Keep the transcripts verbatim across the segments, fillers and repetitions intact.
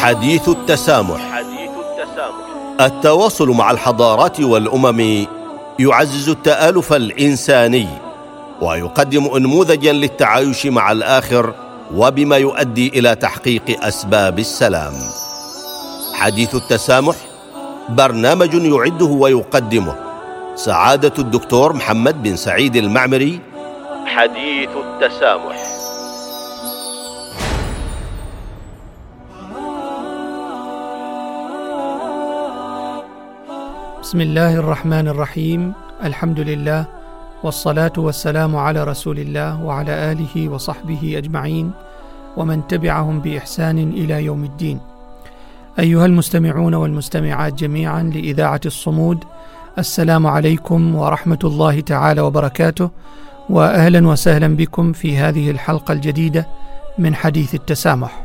حديث التسامح. حديث التسامح. التواصل مع الحضارات والأمم يعزز التآلف الإنساني ويقدم أنموذجا للتعايش مع الآخر وبما يؤدي إلى تحقيق أسباب السلام. حديث التسامح برنامج يعده ويقدمه سعادة الدكتور محمد بن سعيد المعمري. حديث التسامح. بسم الله الرحمن الرحيم. الحمد لله والصلاة والسلام على رسول الله وعلى آله وصحبه أجمعين ومن تبعهم بإحسان إلى يوم الدين. أيها المستمعون والمستمعات جميعا لإذاعة الصمود، السلام عليكم ورحمة الله تعالى وبركاته، وأهلا وسهلا بكم في هذه الحلقة الجديدة من حديث التسامح.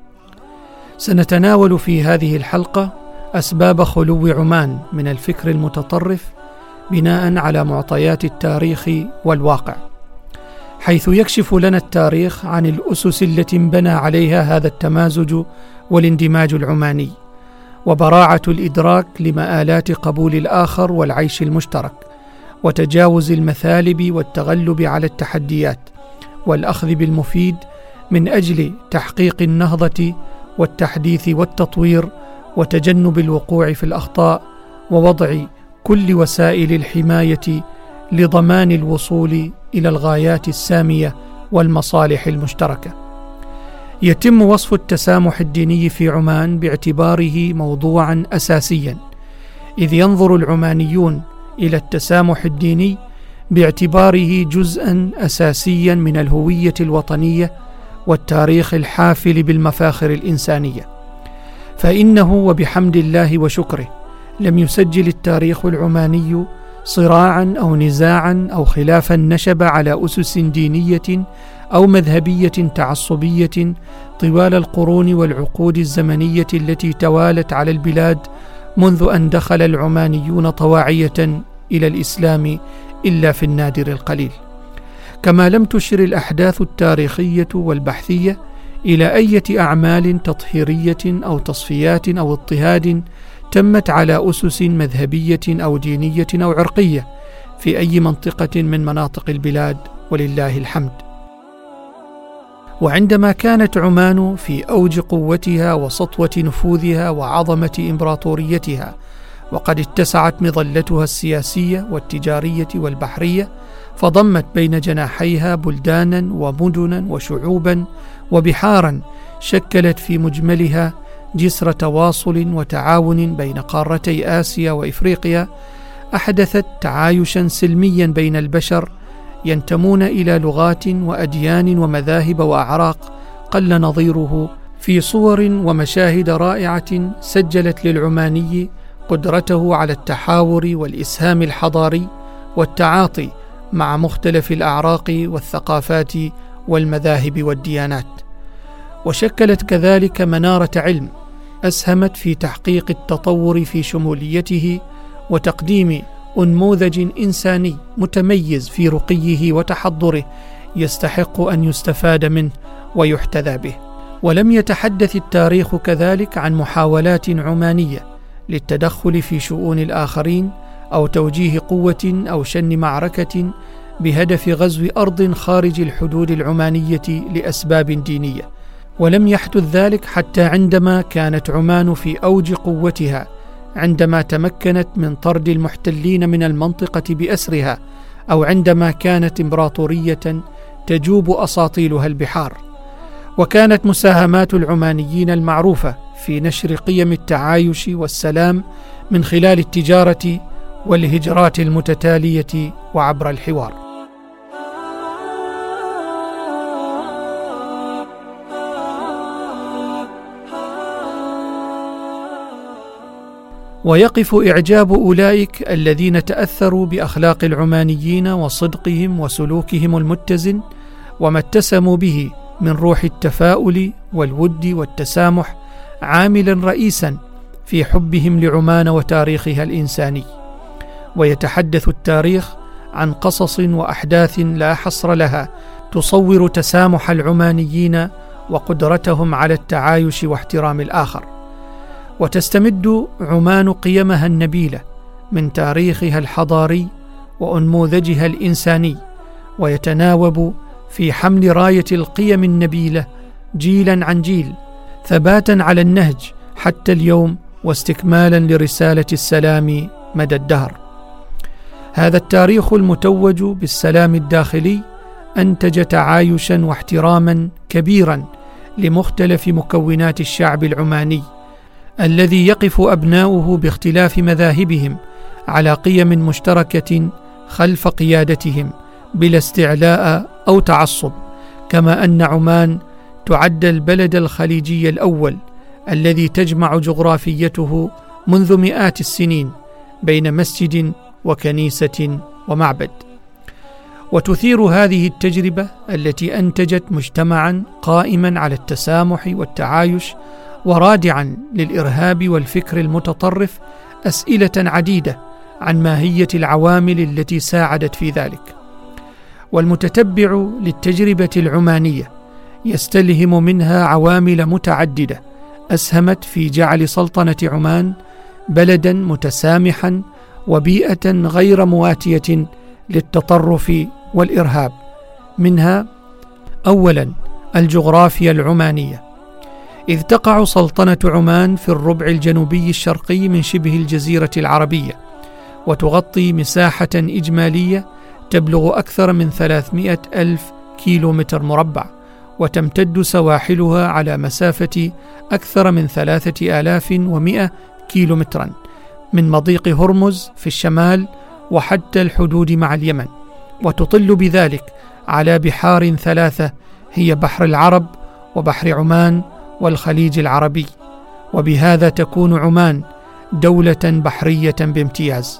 سنتناول في هذه الحلقة أسباب خلو عمان من الفكر المتطرف بناء على معطيات التاريخ والواقع، حيث يكشف لنا التاريخ عن الأسس التي انبنى عليها هذا التمازج والاندماج العماني، وبراعة الإدراك لمآلات قبول الآخر والعيش المشترك، وتجاوز المثالب والتغلب على التحديات، والأخذ بالمفيد من أجل تحقيق النهضة والتحديث والتطوير، وتجنب الوقوع في الأخطاء، ووضع كل وسائل الحماية لضمان الوصول إلى الغايات السامية والمصالح المشتركة. يتم وصف التسامح الديني في عمان باعتباره موضوعا أساسيا، إذ ينظر العمانيون إلى التسامح الديني باعتباره جزءا أساسيا من الهوية الوطنية والتاريخ الحافل بالمفاخر الإنسانية، فإنه وبحمد الله وشكره لم يسجل التاريخ العماني صراعا أو نزاعا أو خلافا نشب على أسس دينية أو مذهبية تعصبية طوال القرون والعقود الزمنية التي توالت على البلاد منذ أن دخل العمانيون طواعية إلى الإسلام إلا في النادر القليل. كما لم تشر الأحداث التاريخية والبحثية إلى أي أعمال تطهيرية أو تصفيات أو اضطهاد تمت على أسس مذهبية أو دينية أو عرقية في أي منطقة من مناطق البلاد، ولله الحمد. وعندما كانت عمان في أوج قوتها وسطوة نفوذها وعظمة إمبراطوريتها، وقد اتسعت مظلتها السياسية والتجارية والبحرية، فضمت بين جناحيها بلدانا ومدنا وشعوبا وبحارا شكلت في مجملها جسر تواصل وتعاون بين قارتي آسيا وإفريقيا، أحدثت تعايشا سلميا بين البشر ينتمون إلى لغات وأديان ومذاهب وأعراق قل نظيره، في صور ومشاهد رائعة سجلت للعماني قدرته على التحاور والإسهام الحضاري والتعاطي مع مختلف الأعراق والثقافات والمذاهب والديانات. وشكلت كذلك منارة علم أسهمت في تحقيق التطور في شموليته وتقديم أنموذج إنساني متميز في رقيه وتحضره يستحق أن يستفاد منه ويحتذى به. ولم يتحدث التاريخ كذلك عن محاولات عمانية للتدخل في شؤون الآخرين أو توجيه قوة أو شن معركة بهدف غزو أرض خارج الحدود العمانية لأسباب دينية. ولم يحدث ذلك حتى عندما كانت عمان في أوج قوتها، عندما تمكنت من طرد المحتلين من المنطقة بأسرها، أو عندما كانت إمبراطورية تجوب أساطيلها البحار. وكانت مساهمات العمانيين المعروفة في نشر قيم التعايش والسلام من خلال التجارة والهجرات المتتالية وعبر الحوار. ويقف إعجاب أولئك الذين تأثروا بأخلاق العمانيين وصدقهم وسلوكهم المتزن وما اتسموا به من روح التفاؤل والود والتسامح عاملا رئيسا في حبهم لعمان وتاريخها الإنساني. ويتحدث التاريخ عن قصص وأحداث لا حصر لها تصور تسامح العمانيين وقدرتهم على التعايش واحترام الآخر. وتستمد عمان قيمها النبيلة من تاريخها الحضاري وأنموذجها الإنساني، ويتناوب في حمل راية القيم النبيلة جيلا عن جيل، ثباتا على النهج حتى اليوم، واستكمالا لرسالة السلام مدى الدهر. هذا التاريخ المتوج بالسلام الداخلي أنتج تعايشا واحتراما كبيرا لمختلف مكونات الشعب العماني، الذي يقف أبناؤه باختلاف مذاهبهم على قيم مشتركة خلف قيادتهم بلا استعلاء أو تعصب. كما أن عمان تعد البلد الخليجي الأول الذي تجمع جغرافيته منذ مئات السنين بين مسجد وكنيسة ومعبد. وتثير هذه التجربة التي أنتجت مجتمعا قائما على التسامح والتعايش ورادعا للإرهاب والفكر المتطرف أسئلة عديدة عن ماهية العوامل التي ساعدت في ذلك. والمتتبع للتجربة العمانية يستلهم منها عوامل متعددة أسهمت في جعل سلطنة عمان بلدا متسامحا وبيئة غير مواتية للتطرف والإرهاب. منها أولا الجغرافيا العمانية، إذ تقع سلطنة عمان في الربع الجنوبي الشرقي من شبه الجزيرة العربية، وتغطي مساحة إجمالية تبلغ أكثر من ثلاثمائة ألف كيلومتر مربع، وتمتد سواحلها على مسافة أكثر من ثلاثة آلاف ومئة كيلومترا من مضيق هرمز في الشمال وحتى الحدود مع اليمن، وتطل بذلك على بحار ثلاثة هي بحر العرب وبحر عمان والخليج العربي، وبهذا تكون عمان دولة بحرية بامتياز.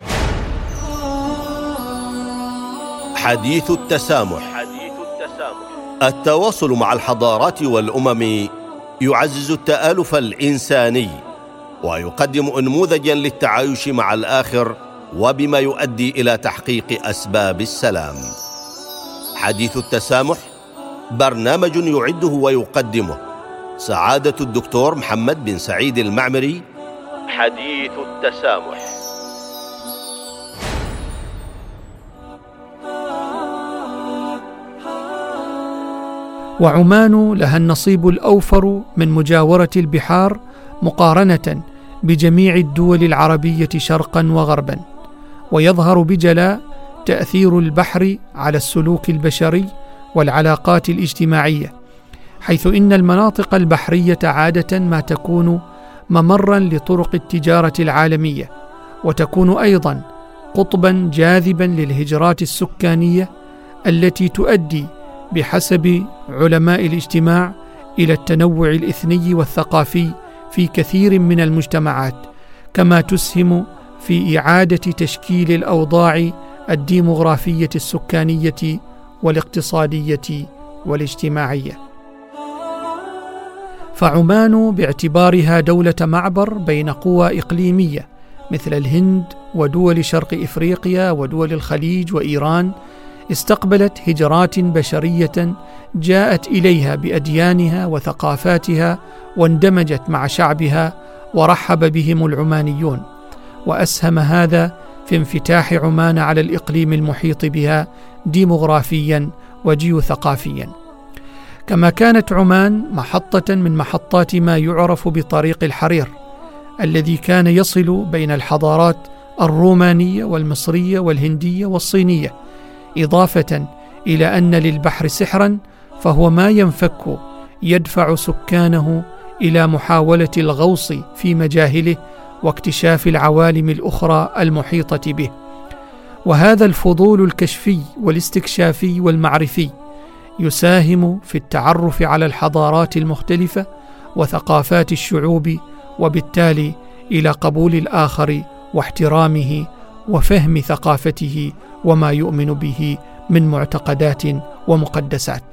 حديث التسامح. التواصل مع الحضارات والأمم يعزز التآلف الإنساني ويقدم أنموذجا للتعايش مع الآخر، وبما يؤدي إلى تحقيق أسباب السلام. حديث التسامح برنامج يعده ويقدمه سعادة الدكتور محمد بن سعيد المعمري. حديث التسامح. وعمان لها النصيب الأوفر من مجاورة البحار مقارنة بجميع الدول العربية شرقا وغربا، ويظهر بجلاء تأثير البحر على السلوك البشري والعلاقات الاجتماعية، حيث إن المناطق البحرية عادة ما تكون ممرا لطرق التجارة العالمية، وتكون أيضا قطبا جاذبا للهجرات السكانية التي تؤدي بحسب علماء الاجتماع إلى التنوع الإثني والثقافي في كثير من المجتمعات، كما تسهم في إعادة تشكيل الأوضاع الديمغرافية السكانية والاقتصادية والاجتماعية. فعمان باعتبارها دولة معبر بين قوى إقليمية مثل الهند ودول شرق إفريقيا ودول الخليج وإيران، استقبلت هجرات بشرية جاءت إليها بأديانها وثقافاتها واندمجت مع شعبها ورحب بهم العمانيون، وأسهم هذا في انفتاح عمان على الإقليم المحيط بها ديمغرافيا وجيوثقافيا. كما كانت عمان محطة من محطات ما يعرف بطريق الحرير الذي كان يصل بين الحضارات الرومانية والمصرية والهندية والصينية، إضافة إلى أن للبحر سحرا فهو ما ينفك يدفع سكانه إلى محاولة الغوص في مجاهله واكتشاف العوالم الأخرى المحيطة به. وهذا الفضول الكشفي والاستكشافي والمعرفي يساهم في التعرف على الحضارات المختلفة وثقافات الشعوب، وبالتالي إلى قبول الآخر واحترامه وفهم ثقافته وما يؤمن به من معتقدات ومقدسات.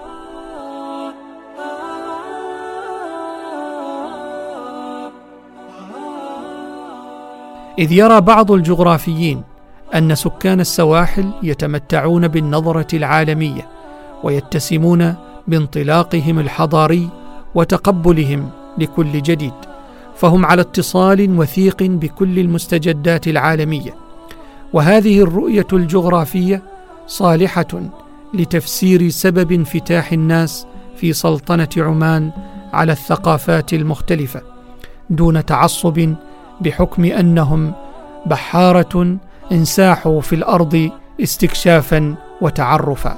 إذ يرى بعض الجغرافيين أن سكان السواحل يتمتعون بالنظرة العالمية ويتسمون بانطلاقهم الحضاري وتقبلهم لكل جديد، فهم على اتصال وثيق بكل المستجدات العالمية. وهذه الرؤية الجغرافية صالحة لتفسير سبب انفتاح الناس في سلطنة عمان على الثقافات المختلفة دون تعصب بحكم أنهم بحارة انساحوا في الأرض استكشافا وتعرفا.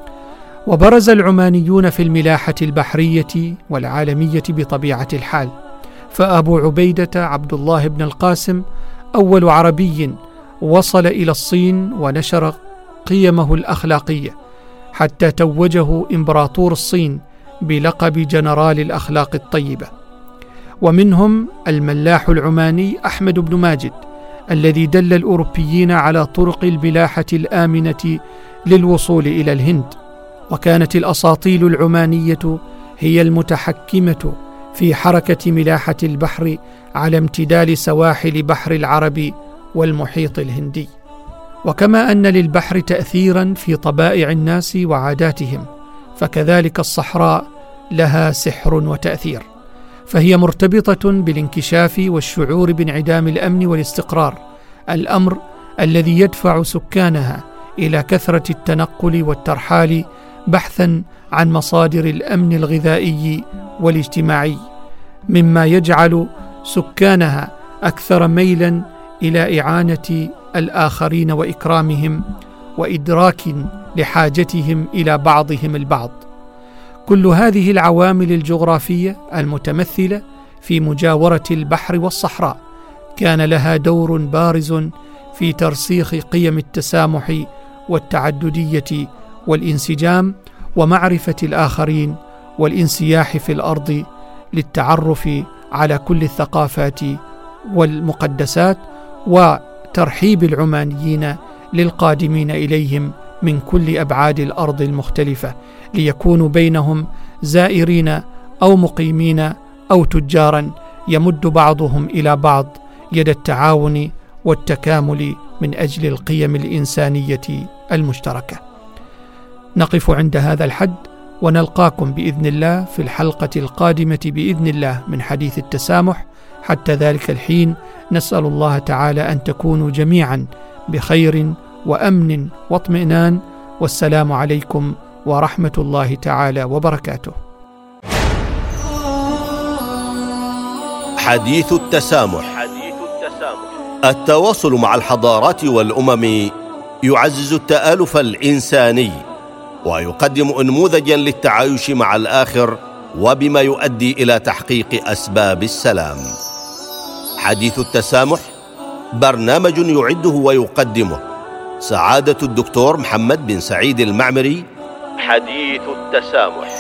وبرز العمانيون في الملاحة البحرية والعالمية بطبيعة الحال، فأبو عبيدة عبد الله بن القاسم أول عربي وصل إلى الصين ونشر قيمه الأخلاقية حتى توجه إمبراطور الصين بلقب جنرال الأخلاق الطيبة. ومنهم الملاح العماني أحمد بن ماجد الذي دل الأوروبيين على طرق الملاحة الآمنة للوصول إلى الهند. وكانت الأساطيل العمانية هي المتحكمة في حركة ملاحة البحر على امتداد سواحل بحر العرب والمحيط الهندي. وكما أن للبحر تأثيرا في طبائع الناس وعاداتهم، فكذلك الصحراء لها سحر وتأثير، فهي مرتبطة بالانكشاف والشعور بانعدام الأمن والاستقرار، الأمر الذي يدفع سكانها إلى كثرة التنقل والترحال بحثا عن مصادر الأمن الغذائي والاجتماعي، مما يجعل سكانها أكثر ميلا إلى إعانة الآخرين وإكرامهم وإدراك لحاجتهم إلى بعضهم البعض. كل هذه العوامل الجغرافية المتمثلة في مجاورة البحر والصحراء كان لها دور بارز في ترسيخ قيم التسامح والتعددية والانسجام ومعرفة الآخرين والانسياح في الأرض للتعرف على كل الثقافات والمقدسات وترحيب العمانيين للقادمين إليهم من كل أبعاد الأرض المختلفة، ليكونوا بينهم زائرين أو مقيمين أو تجارا يمد بعضهم إلى بعض يد التعاون والتكامل من أجل القيم الإنسانية المشتركة. نقف عند هذا الحد ونلقاكم بإذن الله في الحلقة القادمة بإذن الله من حديث التسامح. حتى ذلك الحين نسأل الله تعالى أن تكونوا جميعا بخير وأمن واطمئنان، والسلام عليكم ورحمة الله تعالى وبركاته. حديث التسامح. التواصل مع الحضارات والأمم يعزز التآلف الإنساني ويقدم أنموذجا للتعايش مع الآخر وبما يؤدي إلى تحقيق أسباب السلام. حديث التسامح برنامج يعده ويقدمه سعادة الدكتور محمد بن سعيد المعمري. حديث التسامح.